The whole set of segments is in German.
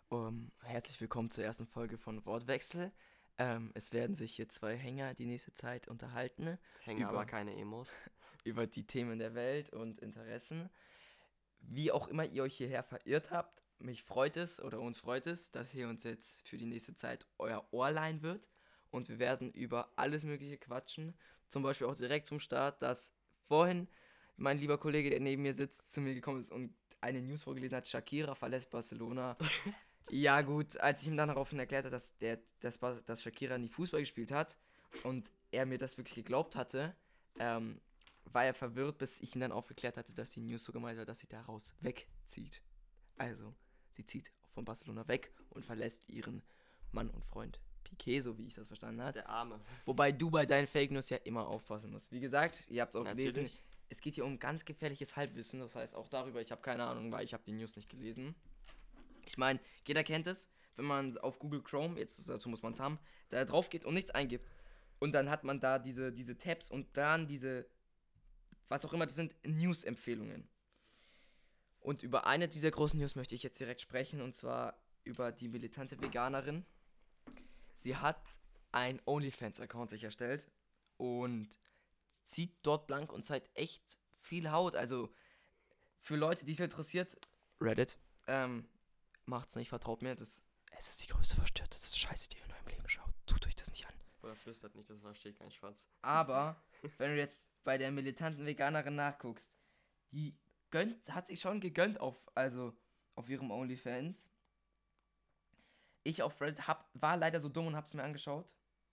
Herzlich willkommen zur ersten Folge von Wortwechsel. Es werden sich hier zwei Hänger die nächste Zeit unterhalten Hänge über, aber keine Emos. über die Themen der Welt und Interessen. Wie auch immer ihr euch hierher verirrt habt, mich freut es oder uns freut es, dass ihr uns jetzt für die nächste Zeit euer Ohr leihen wird. Und wir werden über alles Mögliche quatschen. Zum Beispiel auch direkt zum Start, dass vorhin mein lieber Kollege, der neben mir sitzt, zu mir gekommen ist und eine News vorgelesen hat, Shakira verlässt Barcelona. Ja, gut, als ich ihm dann daraufhin erklärt habe, dass Shakira nie Fußball gespielt hat und er mir das wirklich geglaubt hatte, war er verwirrt, bis ich ihn dann aufgeklärt hatte, dass die News so gemeint war, dass sie daraus wegzieht. Also, sie zieht von Barcelona weg und verlässt ihren Mann und Freund Piqué, so wie ich das verstanden habe. Der Arme. Wobei du bei deinen Fake News ja immer aufpassen musst. Wie gesagt, ihr habt es auch gelesen, Natürlich. es geht hier um ganz gefährliches Halbwissen, das heißt auch darüber, ich habe keine Ahnung, weil ich habe die News nicht gelesen. Ich meine, jeder kennt es, wenn man auf Google Chrome, jetzt dazu muss man es haben, da drauf geht und nichts eingibt. Und dann hat man da diese Tabs und dann diese, was auch immer, das sind News-Empfehlungen. Und über eine dieser großen News möchte ich jetzt direkt sprechen, und zwar über die militante Veganerin. Sie hat ein OnlyFans-Account sich erstellt und zieht dort blank und zeigt echt viel Haut. Also für Leute, die es interessiert, Reddit, macht's nicht, vertraut mir. Es ist die größte Verstörte. Das ist scheiße, die ihr in eurem Leben schaut. Tut euch das nicht an. Oder flüstert nicht, das versteht kein Schwanz. Aber, wenn du jetzt bei der militanten Veganerin nachguckst, die hat sich schon gegönnt auf ihrem OnlyFans. Ich auf Reddit war leider so dumm und hab's mir angeschaut.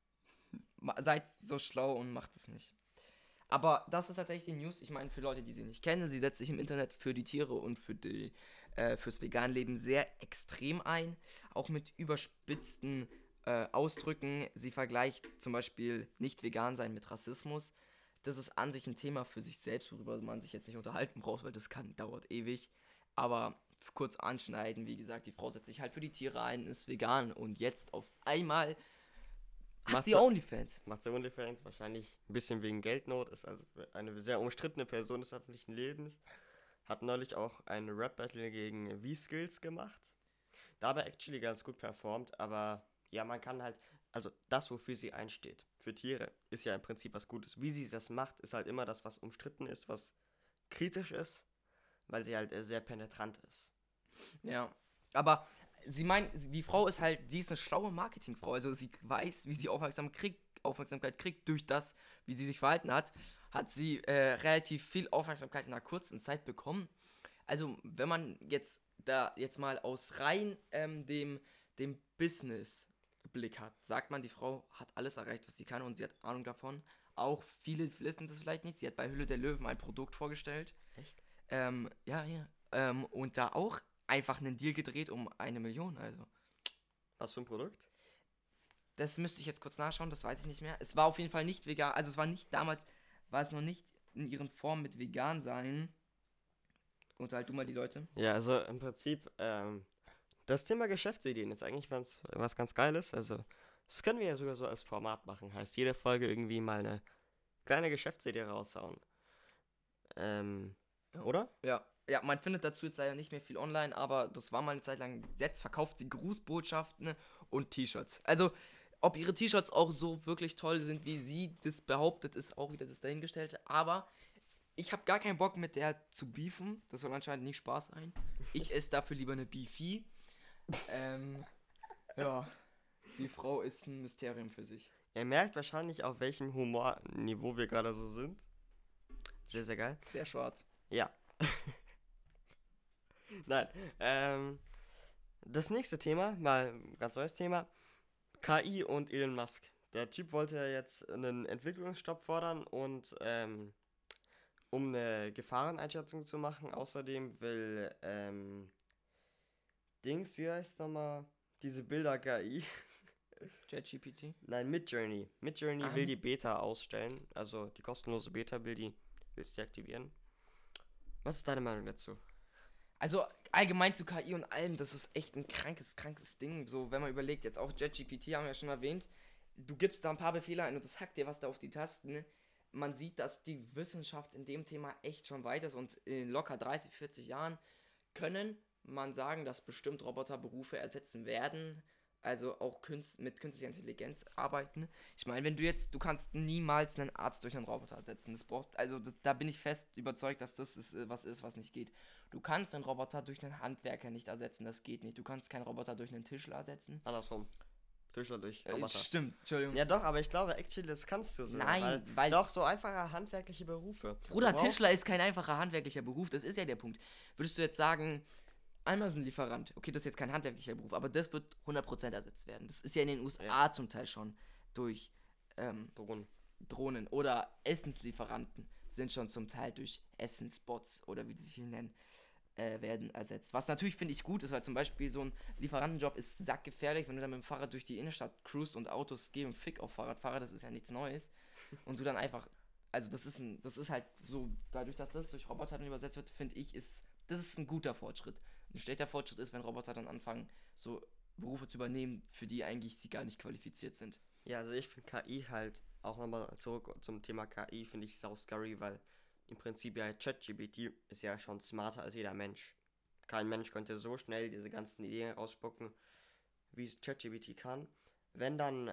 Seid so schlau und macht es nicht. Aber das ist tatsächlich die News. Ich meine, für Leute, die sie nicht kennen, sie setzt sich im Internet für die Tiere und fürs Veganleben sehr extrem ein. Auch mit überspitzten Ausdrücken. Sie vergleicht zum Beispiel nicht vegan sein mit Rassismus. Das ist an sich ein Thema für sich selbst, worüber man sich jetzt nicht unterhalten braucht, weil dauert ewig. Aber kurz anschneiden, wie gesagt, die Frau setzt sich halt für die Tiere ein, ist vegan und jetzt auf einmal hat Macht sie sie, OnlyFans. macht sie OnlyFans wahrscheinlich ein bisschen wegen Geldnot, ist also eine sehr umstrittene Person des öffentlichen Lebens. Hat neulich auch ein Rap-Battle gegen V-Skills gemacht. Dabei actually ganz gut performt, aber ja, man kann halt, also das, wofür sie einsteht, für Tiere, ist ja im Prinzip was Gutes. Wie sie das macht, ist halt immer das, was umstritten ist, was kritisch ist, weil sie halt sehr penetrant ist. Ja, aber die Frau ist halt, sie ist eine schlaue Marketingfrau, also sie weiß, wie sie Aufmerksamkeit kriegt durch das, wie sie sich verhalten hat sie relativ viel Aufmerksamkeit in einer kurzen Zeit bekommen. Also wenn man jetzt mal aus rein dem Business-Blick hat, sagt man, die Frau hat alles erreicht, was sie kann und sie hat Ahnung davon. Auch viele wissen das vielleicht nicht. Sie hat bei Hülle der Löwen ein Produkt vorgestellt. Echt? Ja. Und da auch einfach einen Deal gedreht um 1 Million. Also, Was für ein Produkt? das müsste ich jetzt kurz nachschauen, das weiß ich nicht mehr. Es war auf jeden Fall nicht vegan. Also, es war nicht damals, war es noch nicht in ihren Formen mit vegan sein. Unterhalt du mal die Leute. Ja, also im Prinzip, das Thema Geschäftsideen ist eigentlich was ganz Geiles. Also, das können wir ja sogar so als Format machen. Heißt, jede Folge irgendwie mal eine kleine Geschäftsidee raushauen. Ja. Oder? Ja, man findet dazu jetzt leider nicht mehr viel online, aber das war mal eine Zeit lang. Jetzt verkauft sie Grußbotschaften und T-Shirts. Also, ob ihre T-Shirts auch so wirklich toll sind, wie sie das behauptet, ist auch wieder das Dahingestellte. Aber ich habe gar keinen Bock mit der zu beefen. Das soll anscheinend nicht Spaß sein. Ich esse dafür lieber eine Beefy. Ähm, ja, die Frau ist ein Mysterium für sich. Ihr merkt wahrscheinlich, auf welchem Humorniveau wir gerade so sind. Sehr, sehr geil. Sehr schwarz. Ja. Nein. Das nächste Thema, mal ein ganz neues Thema. KI und Elon Musk. Der Typ wollte ja jetzt einen Entwicklungsstopp fordern und um eine Gefahreneinschätzung zu machen. Außerdem will Dings, wie heißt nochmal? Diese Bilder-KI. ChatGPT. Nein, Midjourney. Midjourney Ah, will die Beta ausstellen. Also die kostenlose Beta will's deaktivieren. Was ist deine Meinung dazu? also allgemein zu KI und allem, das ist echt ein krankes Ding. So, wenn man überlegt, jetzt auch ChatGPT haben wir ja schon erwähnt, du gibst da ein paar Befehle ein und das hackt dir was da auf die Tasten. Man sieht, dass die Wissenschaft in dem Thema echt schon weit ist und in locker 30, 40 Jahren können man sagen, dass bestimmt Roboter Berufe ersetzen werden, also auch mit künstlicher Intelligenz arbeiten. Ich meine, du kannst niemals einen Arzt durch einen Roboter ersetzen. Da bin ich fest überzeugt, dass das ist, was nicht geht. Du kannst einen Roboter durch einen Handwerker nicht ersetzen, das geht nicht. Du kannst keinen Roboter durch einen Tischler ersetzen. Andersrum. Tischler durch Roboter. Stimmt, Entschuldigung. Ja doch, aber ich glaube, actually, das kannst du so. Nein, weil doch, so einfache handwerkliche Berufe. Bruder, Tischler ist kein einfacher handwerklicher Beruf, das ist ja der Punkt. Würdest du jetzt sagen, Amazon-Lieferant, okay, das ist jetzt kein handwerklicher Beruf, aber das wird 100% ersetzt werden. Das ist ja in den USA zum Teil schon durch Drohnen oder Essenslieferanten sind schon zum Teil durch Essensbots oder wie die sich hier nennen, werden ersetzt. Was natürlich, finde ich, gut ist, weil zum Beispiel so ein Lieferantenjob ist sackgefährlich, wenn du dann mit dem Fahrrad durch die Innenstadt cruist und Autos geben Fick auf Fahrradfahrer, das ist ja nichts Neues. Und du dann einfach, also das ist halt so, dadurch, dass das durch Roboter dann übersetzt wird, finde ich, das ist ein guter Fortschritt. Ein schlechter Fortschritt ist, wenn Roboter dann anfangen, so Berufe zu übernehmen, für die eigentlich sie gar nicht qualifiziert sind. Ja, also ich finde KI halt, auch nochmal zurück zum Thema KI, finde ich sau scary, weil im Prinzip ja ChatGPT ist ja schon smarter als jeder Mensch. Kein Mensch könnte so schnell diese ganzen Ideen rausspucken, wie es ChatGPT kann. Wenn dann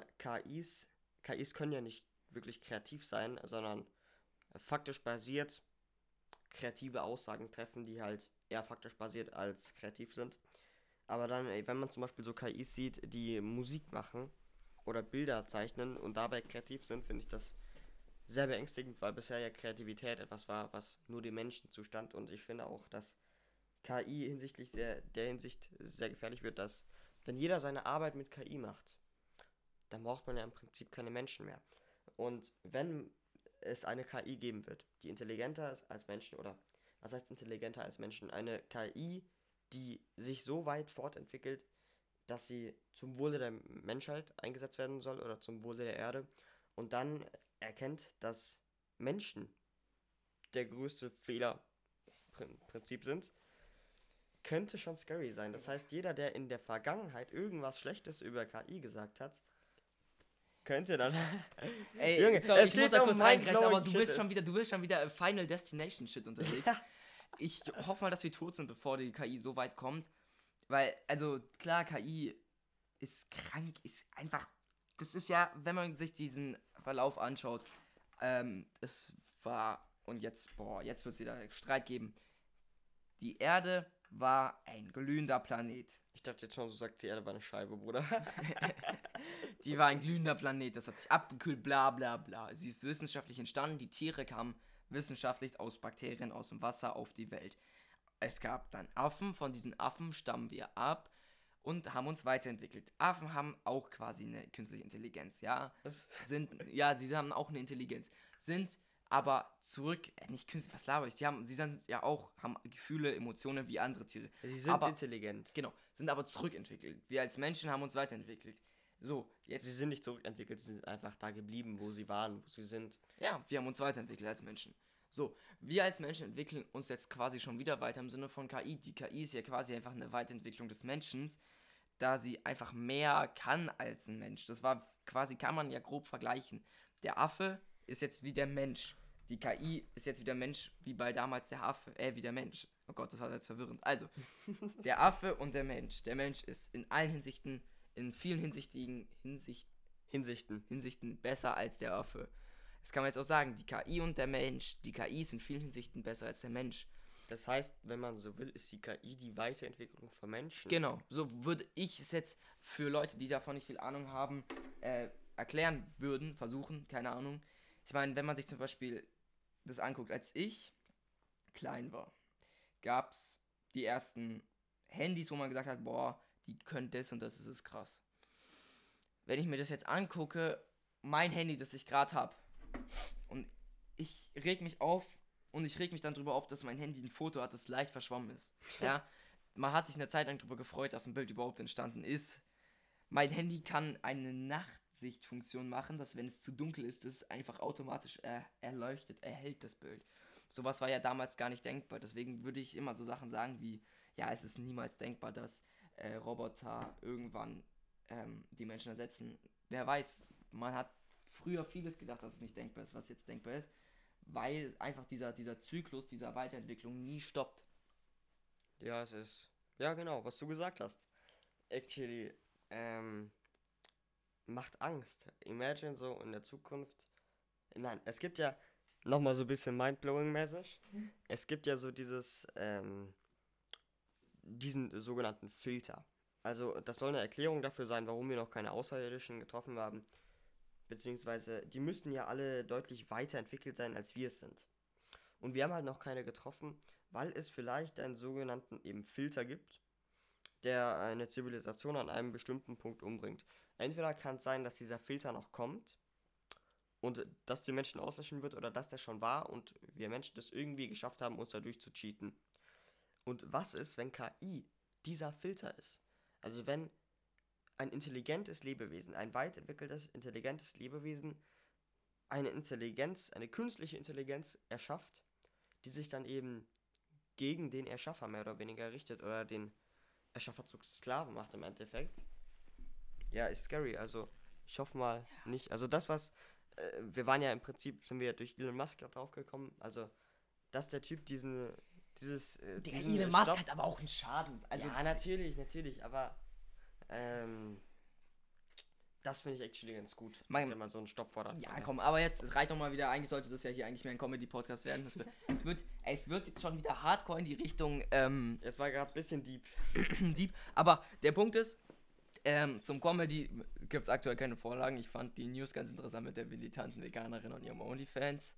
KIs können ja nicht wirklich kreativ sein, sondern faktisch basiert kreative Aussagen treffen, die halt eher faktisch basiert als kreativ sind. Aber dann, wenn man zum Beispiel so KIs sieht, die Musik machen oder Bilder zeichnen und dabei kreativ sind, finde ich das sehr beängstigend, weil bisher ja Kreativität etwas war, was nur dem Menschen zustand. Und ich finde auch, dass KI der Hinsicht sehr gefährlich wird, dass wenn jeder seine Arbeit mit KI macht, dann braucht man ja im Prinzip keine Menschen mehr. Und wenn es eine KI geben wird, die intelligenter ist als Menschen, oder was heißt intelligenter als Menschen? Eine KI, die sich so weit fortentwickelt, dass sie zum Wohle der Menschheit eingesetzt werden soll oder zum Wohle der Erde und dann erkennt, dass Menschen der größte Fehlerprinzip sind, könnte schon scary sein. Das heißt, jeder, der in der Vergangenheit irgendwas Schlechtes über KI gesagt hat, könnte dann. Ey, Junge, sorry, ich muss da kurz reingreifen, aber du bist schon wieder Final Destination Shit unterwegs. Ja. Ich hoffe mal, dass wir tot sind, bevor die KI so weit kommt. Weil, also klar, KI ist krank, ist einfach. Das ist ja, wenn man sich diesen Verlauf anschaut, es war, und jetzt wird es wieder Streit geben. Die Erde war ein glühender Planet. Ich dachte jetzt schon, du sagst, die Erde war eine Scheibe, Bruder. Die war ein glühender Planet, das hat sich abgekühlt, bla bla bla. Sie ist wissenschaftlich entstanden, die Tiere kamen wissenschaftlich aus Bakterien aus dem Wasser auf die Welt. Es gab dann Affen, von diesen Affen stammen wir ab und haben uns weiterentwickelt. Affen haben auch quasi eine künstliche Intelligenz, ja. Sie haben auch eine Intelligenz. Sind aber nicht künstlich, was laber ich? Sie sind ja auch, haben Gefühle, Emotionen wie andere Tiere. Sie sind intelligent. Genau, sind aber zurückentwickelt. Wir als Menschen haben uns weiterentwickelt. So, jetzt. Sie sind nicht zurückentwickelt, sie sind einfach da geblieben, wo sie waren, wo sie sind. Ja, wir haben uns weiterentwickelt als Menschen. So, wir als Menschen entwickeln uns jetzt quasi schon wieder weiter im Sinne von KI. Die KI ist ja quasi einfach eine Weiterentwicklung des Menschen, da sie einfach mehr kann als ein Mensch. Das war quasi, kann man ja grob vergleichen. Der Affe ist jetzt wie der Mensch. Die KI ist jetzt wie der Mensch, wie bei damals der Affe, wie der Mensch. Oh Gott, das war jetzt verwirrend. Also, der Affe und der Mensch. Der Mensch ist in allen Hinsichten, in vielen Hinsichten besser als der Affe. Das kann man jetzt auch sagen, die KI und der Mensch. Die KI ist in vielen Hinsichten besser als der Mensch. Das heißt, wenn man so will, ist die KI die Weiterentwicklung von Menschen. Genau, so würde ich es jetzt für Leute, die davon nicht viel Ahnung haben, versuchen, keine Ahnung. Ich meine, wenn man sich zum Beispiel das anguckt, als ich klein war, gab es die ersten Handys, wo man gesagt hat, boah, die können das und das ist krass. Wenn ich mir das jetzt angucke, mein Handy, das ich gerade habe, und ich reg mich dann drüber auf, dass mein Handy ein Foto hat, das leicht verschwommen ist. Ja, man hat sich eine Zeit lang drüber gefreut, dass ein Bild überhaupt entstanden ist. Mein Handy kann eine Nachtsichtfunktion machen, dass wenn es zu dunkel ist, es einfach automatisch erhellt das Bild. Sowas war ja damals gar nicht denkbar. Deswegen würde ich immer so Sachen sagen wie, ja, es ist niemals denkbar, dass Roboter irgendwann die Menschen ersetzen. Wer weiß, man hat früher vieles gedacht, dass es nicht denkbar ist, was jetzt denkbar ist, weil einfach dieser Zyklus dieser Weiterentwicklung nie stoppt. Ja, es ist Ja, genau, was du gesagt hast. Actually, macht Angst. Imagine so in der Zukunft. Nein, es gibt ja nochmal so ein bisschen mindblowing-mäßig. Es gibt ja so diesen sogenannten Filter. Also, das soll eine Erklärung dafür sein, warum wir noch keine Außerirdischen getroffen haben. Beziehungsweise, die müssten ja alle deutlich weiterentwickelt sein, als wir es sind. Und wir haben halt noch keine getroffen, weil es vielleicht einen sogenannten eben Filter gibt, der eine Zivilisation an einem bestimmten Punkt umbringt. Entweder kann es sein, dass dieser Filter noch kommt und dass die Menschen auslöschen wird oder dass der schon war und wir Menschen das irgendwie geschafft haben, uns dadurch zu cheaten. Und was ist, wenn KI dieser Filter ist? Also wenn ein intelligentes Lebewesen, ein weit entwickeltes, intelligentes Lebewesen eine künstliche Intelligenz erschafft, die sich dann eben gegen den Erschaffer mehr oder weniger richtet oder den Erschaffer zu Sklaven macht im Endeffekt. Ja, ist scary. Also ich hoffe mal nicht. Also wir waren ja im Prinzip, sind wir durch Elon Musk da drauf gekommen. Also, dass der Typ Der Elon Musk hat aber auch einen Schaden. Also, ja, natürlich, aber das finde ich actually ganz gut. Dass er mal so einen Stopp fordert. Ja, komm, aber jetzt reicht doch mal wieder. Eigentlich sollte das ja hier eigentlich mehr ein Comedy-Podcast werden. Es wird jetzt schon wieder hardcore in die Richtung. Es war gerade ein bisschen deep. Deep. Aber der Punkt ist, zum Comedy gibt es aktuell keine Vorlagen. Ich fand die News ganz interessant mit der militanten Veganerin und ihrem OnlyFans.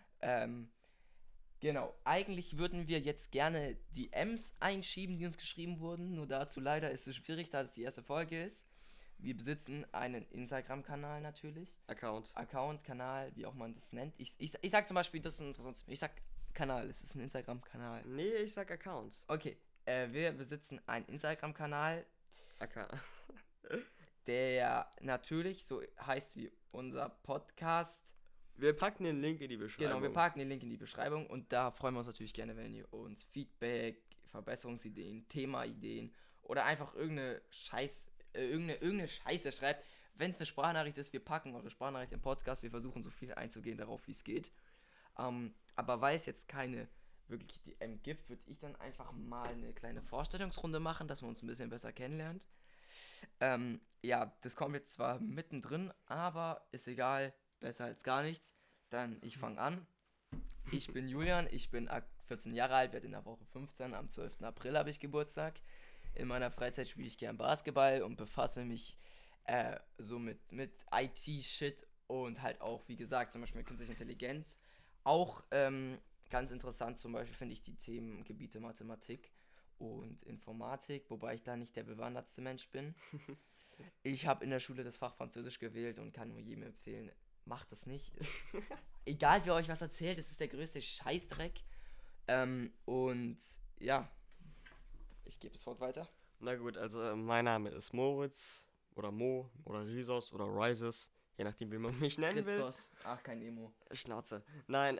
Genau, eigentlich würden wir jetzt gerne die M's einschieben, die uns geschrieben wurden. Nur dazu leider ist es schwierig, da es die erste Folge ist. Wir besitzen einen Instagram-Kanal natürlich. Account, Kanal, wie auch man das nennt. Ich sag zum Beispiel, das ist interessant. Ich sag Kanal, es ist ein Instagram-Kanal. Nee, ich sag Account. Okay, wir besitzen einen Instagram-Kanal, Account. der natürlich so heißt wie unser Podcast. Wir packen den Link in die Beschreibung. Genau, wir packen den Link in die Beschreibung und da freuen wir uns natürlich gerne, wenn ihr uns Feedback, Verbesserungsideen, Themaideen oder einfach irgendeine Scheiße schreibt. Wenn es eine Sprachnachricht ist, wir packen eure Sprachnachricht im Podcast, wir versuchen so viel einzugehen darauf, wie es geht. Aber weil es jetzt keine wirklich DM gibt, würde ich dann einfach mal eine kleine Vorstellungsrunde machen, dass man uns ein bisschen besser kennenlernt. Ja, das kommt jetzt zwar mittendrin, aber ist egal, besser als gar nichts. Dann ich fange an. Ich bin Julian, ich bin 14 Jahre alt, werde in der Woche 15, am 12. April habe ich Geburtstag. In meiner Freizeit spiele ich gern Basketball und befasse mich so mit IT-Shit und halt auch, wie gesagt, zum Beispiel mit künstlicher Intelligenz. Auch ganz interessant zum Beispiel finde ich die Themengebiete Mathematik und Informatik, wobei ich da nicht der bewandertste Mensch bin. Ich habe in der Schule das Fach Französisch gewählt und kann nur jedem empfehlen, macht das nicht. Egal, wer euch was erzählt, es ist der größte Scheißdreck. Und ja, ich gebe das Wort weiter. Na gut, also mein Name ist Moritz oder Mo oder Risos oder Rises, je nachdem wie man mich nennen will. Ritzos. Ach, kein Emo. Schnauze. Nein,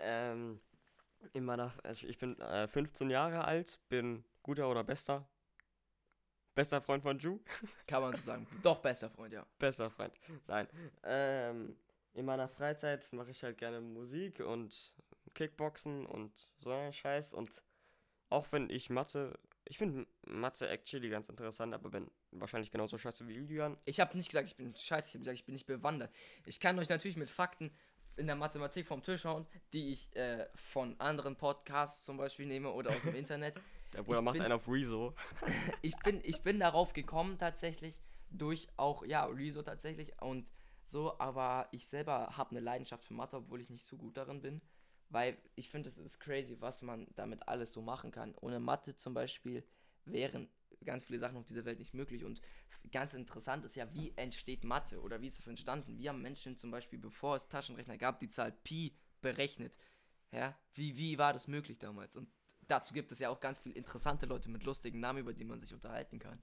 ich bin 15 Jahre alt, bin guter oder bester Freund von Ju. Kann man so sagen. Doch, bester Freund, ja. Bester Freund. Nein. In meiner Freizeit mache ich halt gerne Musik und Kickboxen und so einen Scheiß. Und auch wenn ich finde Mathe actually ganz interessant, aber bin wahrscheinlich genauso scheiße wie Julian. Ich habe nicht gesagt, ich bin scheiße, ich habe gesagt, ich bin nicht bewandert. Ich kann euch natürlich mit Fakten in der Mathematik vom Tisch hauen, die ich von anderen Podcasts zum Beispiel nehme oder aus dem Internet. Der Bruder macht einen auf Rezo. ich bin darauf gekommen tatsächlich durch auch, ja, Rezo tatsächlich und so, aber ich selber habe eine Leidenschaft für Mathe, obwohl ich nicht so gut darin bin, weil ich finde, es ist crazy, was man damit alles so machen kann. Ohne Mathe zum Beispiel wären ganz viele Sachen auf dieser Welt nicht möglich und ganz interessant ist ja, wie entsteht Mathe oder wie ist es entstanden? Wie haben Menschen zum Beispiel, bevor es Taschenrechner gab, die Zahl Pi berechnet? Ja, wie war das möglich damals? Und dazu gibt es ja auch ganz viele interessante Leute mit lustigen Namen, über die man sich unterhalten kann.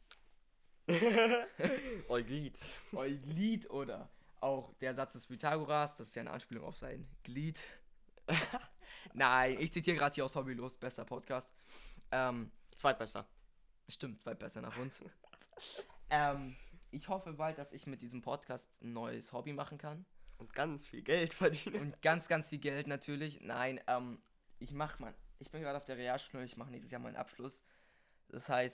Euklid. Euklid oder auch der Satz des Pythagoras, das ist ja eine Anspielung auf sein Glied. Nein, ich zitiere gerade hier aus Hobbylos, bester Podcast. Zweitbester. Stimmt, zweitbester nach uns. Ich hoffe bald, dass ich mit diesem Podcast ein neues Hobby machen kann. Und ganz viel Geld verdienen. Und ganz, ganz viel Geld natürlich. Nein, ich bin gerade auf der Realschule, ich mache nächstes Jahr meinen Abschluss. Das heißt,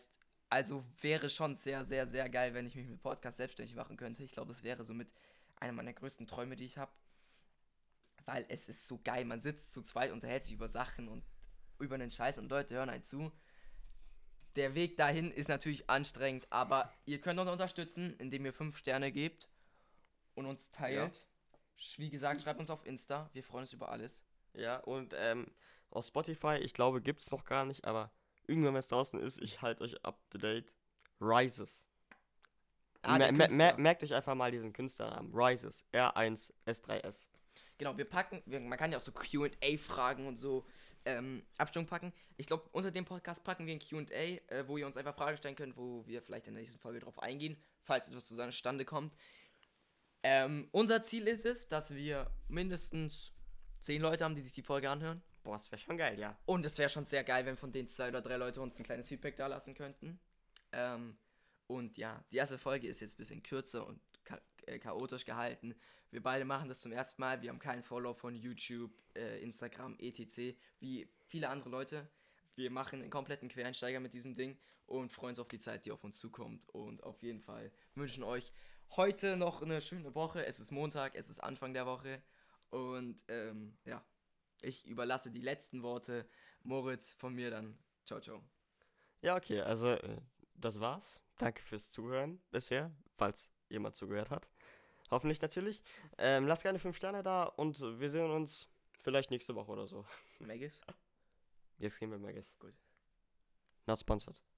Also wäre schon sehr, sehr, sehr geil, wenn ich mich mit Podcast selbstständig machen könnte. Ich glaube, das wäre somit einer meiner größten Träume, die ich habe. Weil es ist so geil. Man sitzt zu zweit, unterhält sich über Sachen und über einen Scheiß und Leute hören einen zu. Der Weg dahin ist natürlich anstrengend, aber ihr könnt uns unterstützen, indem ihr 5 Sterne gebt und uns teilt. Wie gesagt, schreibt uns auf Insta. Wir freuen uns über alles. Ja, und auf Spotify, ich glaube, gibt es noch gar nicht, aber irgendwann, wenn es draußen ist, ich halte euch up to date. Rises. Der Künstler. Merkt euch einfach mal diesen Künstlernamen. Rises. R1S3S. Genau, man kann ja auch so Q&A-Fragen und so Abstimmung packen. Ich glaube, unter dem Podcast packen wir ein Q&A, wo ihr uns einfach Fragen stellen könnt, wo wir vielleicht in der nächsten Folge drauf eingehen, falls etwas zustande kommt. Unser Ziel ist es, dass wir mindestens 10 Leute haben, die sich die Folge anhören. Boah, das wäre schon geil, ja. Und es wäre schon sehr geil, wenn von den 2 oder 3 Leute uns ein kleines Feedback da lassen könnten. Und ja, die erste Folge ist jetzt ein bisschen kürzer und chaotisch gehalten. Wir beide machen das zum ersten Mal. Wir haben keinen Follow von YouTube, Instagram, etc. wie viele andere Leute. Wir machen einen kompletten Quereinsteiger mit diesem Ding und freuen uns auf die Zeit, die auf uns zukommt. Und auf jeden Fall wünschen euch heute noch eine schöne Woche. Es ist Montag, es ist Anfang der Woche. Und ja, ich überlasse die letzten Worte Moritz von mir dann. Ciao, ciao. Ja, okay, also das war's. Danke fürs Zuhören bisher, falls jemand zugehört hat. Hoffentlich natürlich. Lasst gerne 5 Sterne da und wir sehen uns vielleicht nächste Woche oder so. Maggis? Jetzt gehen wir Maggis. Gut. Not sponsored.